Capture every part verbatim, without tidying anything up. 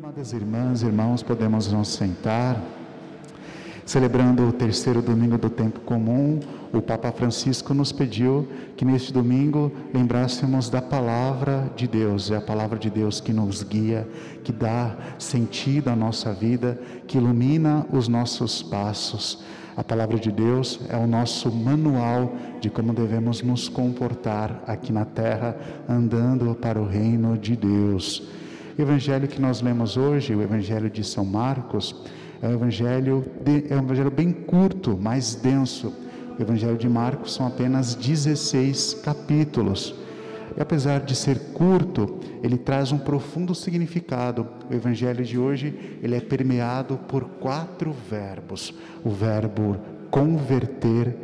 Amadas irmãs e irmãos, podemos nos sentar. Celebrando o terceiro domingo do tempo comum, o Papa Francisco nos pediu que neste domingo lembrássemos da palavra de Deus. É a palavra de Deus que nos guia, que dá sentido à nossa vida, que ilumina os nossos passos. A palavra de Deus é o nosso manual de como devemos nos comportar aqui na terra, andando para o reino de Deus. O evangelho que nós lemos hoje, o evangelho de São Marcos, é um evangelho, de, é um evangelho bem curto, mais denso. O evangelho de Marcos são apenas dezesseis capítulos. E apesar de ser curto, ele traz um profundo significado. O evangelho de hoje, ele é permeado por quatro verbos. O verbo converter,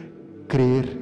crer,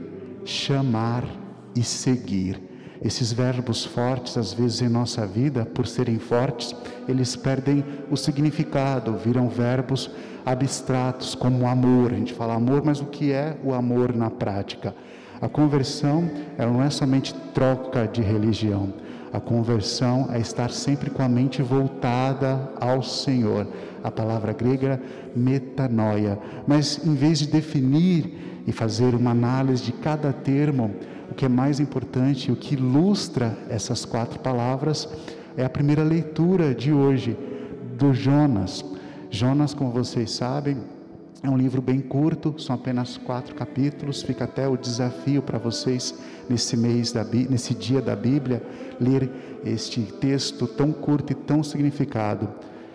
chamar e seguir. Esses verbos fortes, às vezes em nossa vida, por serem fortes, eles perdem o significado, viram verbos abstratos, como amor. A gente fala amor, mas o que é o amor na prática? A conversão, ela não é somente troca de religião. A conversão é estar sempre com a mente voltada ao Senhor. A palavra grega, metanoia. Mas em vez de definir e fazer uma análise de cada termo, o que é mais importante, o que ilustra essas quatro palavras, é a primeira leitura de hoje, do Jonas. Jonas, como vocês sabem, é um livro bem curto, são apenas quatro capítulos. Fica até o desafio para vocês, nesse mês, da, nesse dia da Bíblia, ler este texto tão curto e tão significado.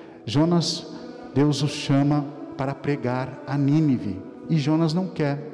Jonas, Deus o chama para pregar a Nínive, e Jonas não quer.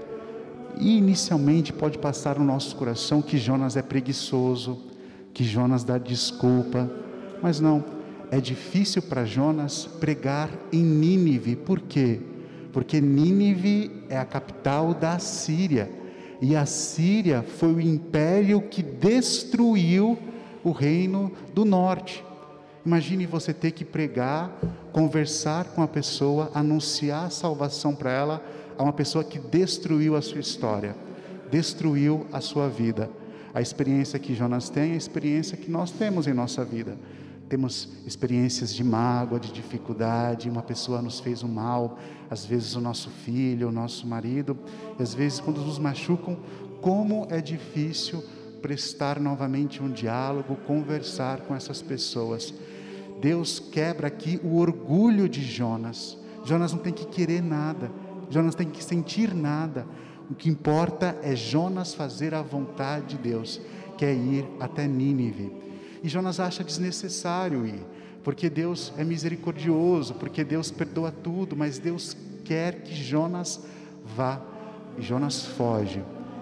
E inicialmente pode passar no nosso coração que Jonas é preguiçoso, que Jonas dá desculpa, mas não, é difícil para Jonas pregar em Nínive. Por quê? Porque Nínive é a capital da Síria, e a Síria foi o império que destruiu o reino do norte. Imagine você ter que pregar, conversar com a pessoa, anunciar a salvação para ela, a uma pessoa que destruiu a sua história, destruiu a sua vida. A experiência que Jonas tem é a experiência que nós temos em nossa vida. Temos experiências de mágoa, de dificuldade, uma pessoa nos fez um mal, às vezes o nosso filho, o nosso marido, e às vezes quando nos machucam, como é difícil prestar novamente um diálogo, conversar com essas pessoas. Deus quebra aqui o orgulho de Jonas. Jonas não tem que querer nada, Jonas tem que sentir nada. O que importa é Jonas fazer a vontade de Deus, que é ir até Nínive. E Jonas acha desnecessário ir, porque Deus é misericordioso, porque Deus perdoa tudo, mas Deus quer que Jonas vá. E Jonas foge.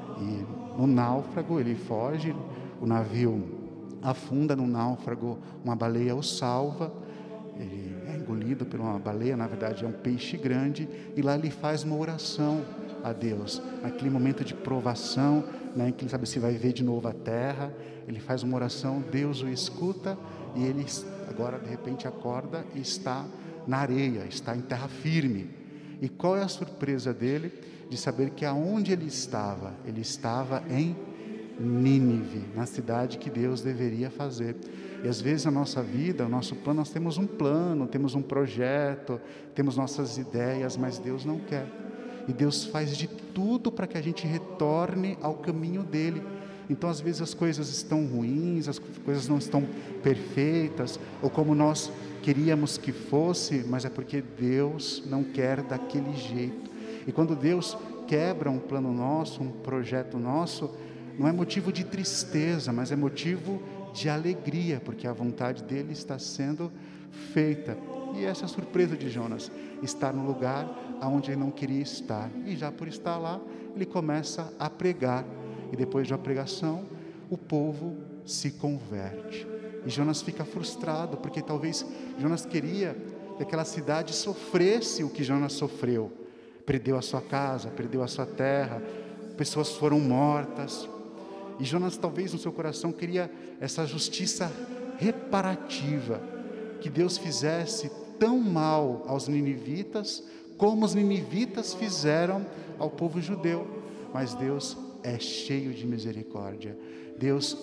E no náufrago ele foge, o navio afunda no náufrago, uma baleia o salva. Ele é engolido por uma baleia, na verdade é um peixe grande, e lá ele faz uma oração a Deus, naquele momento de provação, né, em que ele sabe se vai ver de novo a terra. Ele faz uma oração, Deus o escuta, e ele agora de repente acorda e está na areia, está em terra firme. E qual é a surpresa dele? De saber que aonde ele estava, ele estava em Nínive, na cidade que Deus deveria fazer. E às vezes na nossa vida, o nosso plano, nós temos um plano, temos um projeto, temos nossas ideias, mas Deus não quer. E Deus faz de tudo para que a gente retorne ao caminho dele. Então às vezes as coisas estão ruins, as coisas não estão perfeitas, ou como nós queríamos que fosse, mas é porque Deus não quer daquele jeito. E quando Deus quebra um plano nosso, um projeto nosso, não é motivo de tristeza, mas é motivo de alegria, porque a vontade dele está sendo feita. E essa é a surpresa de Jonas, estar no lugar onde ele não queria estar, e já por estar lá, ele começa a pregar, e depois de uma pregação, o povo se converte, e Jonas fica frustrado, porque talvez Jonas queria que aquela cidade sofresse o que Jonas sofreu, perdeu a sua casa, perdeu a sua terra, pessoas foram mortas, e Jonas talvez no seu coração queria essa justiça reparativa, que Deus fizesse tão mal aos ninivitas, como os ninivitas fizeram ao povo judeu. Mas Deus é cheio de misericórdia, Deus ama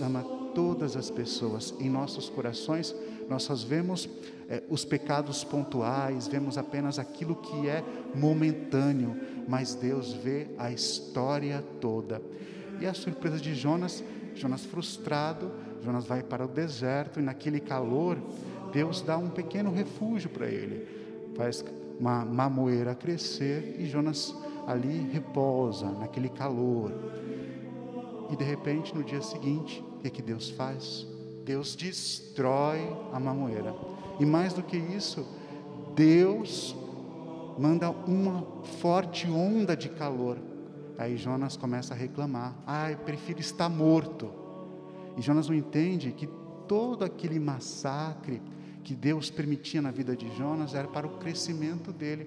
todas as pessoas. Em nossos corações, nós só vemos é, os pecados pontuais, vemos apenas aquilo que é momentâneo, mas Deus vê a história toda. E a surpresa de Jonas, Jonas frustrado, Jonas vai para o deserto, e naquele calor, Deus dá um pequeno refúgio para ele, faz uma mamoeira crescer, e Jonas ali repousa, naquele calor. E de repente, no dia seguinte, o que, que Deus faz? Deus destrói a mamoeira. E mais do que isso, Deus manda uma forte onda de calor. Aí Jonas começa a reclamar: ah, eu prefiro estar morto. E Jonas não entende que todo aquele massacre que Deus permitia na vida de Jonas era para o crescimento dele.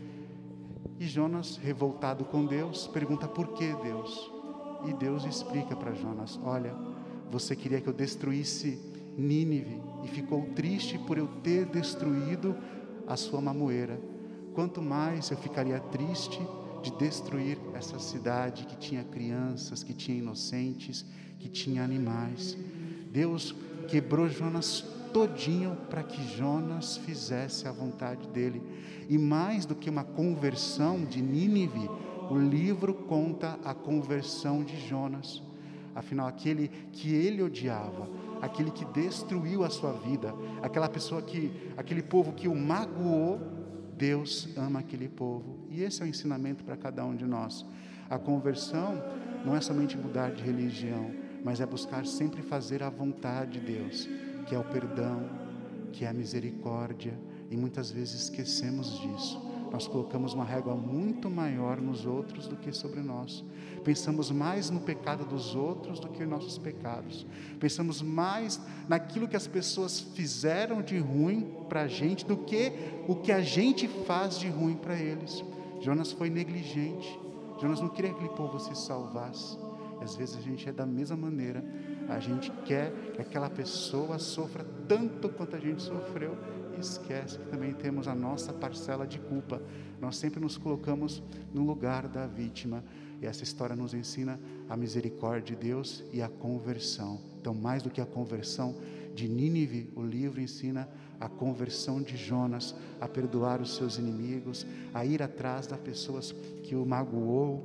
E Jonas, revoltado com Deus, pergunta: por que, Deus? E Deus explica para Jonas: olha, você queria que eu destruísse Nínive e ficou triste por eu ter destruído a sua mamoeira. Quanto mais eu ficaria triste de destruir essa cidade que tinha crianças, que tinha inocentes, que tinha animais. Deus quebrou Jonas todinho para que Jonas fizesse a vontade dele. E mais do que uma conversão de Nínive, o livro conta a conversão de Jonas. Afinal, aquele que ele odiava, aquele que destruiu a sua vida, aquela pessoa que, aquele povo que o magoou, Deus ama aquele povo. E esse é o ensinamento para cada um de nós. A conversão não é somente mudar de religião, mas é buscar sempre fazer a vontade de Deus, que é o perdão, que é a misericórdia. E muitas vezes esquecemos disso. Nós colocamos uma régua muito maior nos outros do que sobre nós. Pensamos mais no pecado dos outros do que em nossos pecados. Pensamos mais naquilo que as pessoas fizeram de ruim para a gente do que o que a gente faz de ruim para eles. Jonas foi negligente. Jonas não queria que aquele povo se salvasse. E às vezes a gente é da mesma maneira. A gente quer que aquela pessoa sofra tanto quanto a gente sofreu. E esquece que também temos a nossa parcela de culpa. Nós sempre nos colocamos no lugar da vítima. E essa história nos ensina a misericórdia de Deus e a conversão. Então, mais do que a conversão de Nínive, o livro ensina a conversão de Jonas, a perdoar os seus inimigos, a ir atrás das pessoas que o magoou.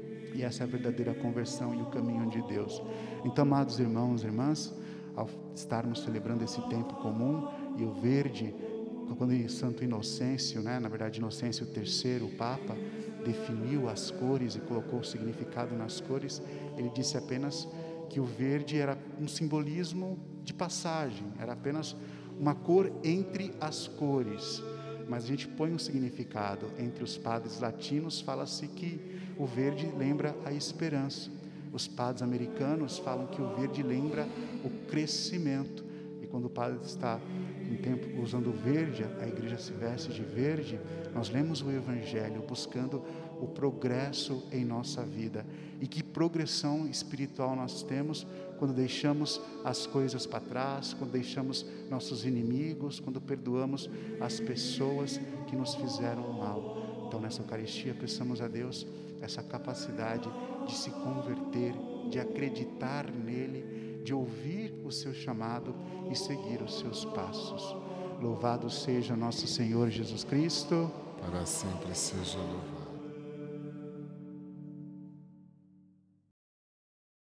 E essa é a verdadeira conversão e o caminho de Deus. Então, amados irmãos e irmãs, ao estarmos celebrando esse tempo comum, e o verde, quando Santo Inocêncio, né, na verdade Inocêncio terceiro, o Papa, definiu as cores e colocou o significado nas cores, ele disse apenas que o verde era um simbolismo de passagem, era apenas uma cor entre as cores. Mas a gente põe um significado. Entre os padres latinos fala-se que o verde lembra a esperança. Os padres americanos falam que o verde lembra o crescimento. E quando o padre está em tempo usando o verde, a igreja se veste de verde, nós lemos o Evangelho buscando o progresso em nossa vida. E que progressão espiritual nós temos quando deixamos as coisas para trás, quando deixamos nossos inimigos, quando perdoamos as pessoas que nos fizeram mal. Então, nessa Eucaristia, peçamos a Deus essa capacidade de se converter, de acreditar nele, de ouvir o seu chamado e seguir os seus passos. Louvado seja nosso Senhor Jesus Cristo. Para sempre seja louvado.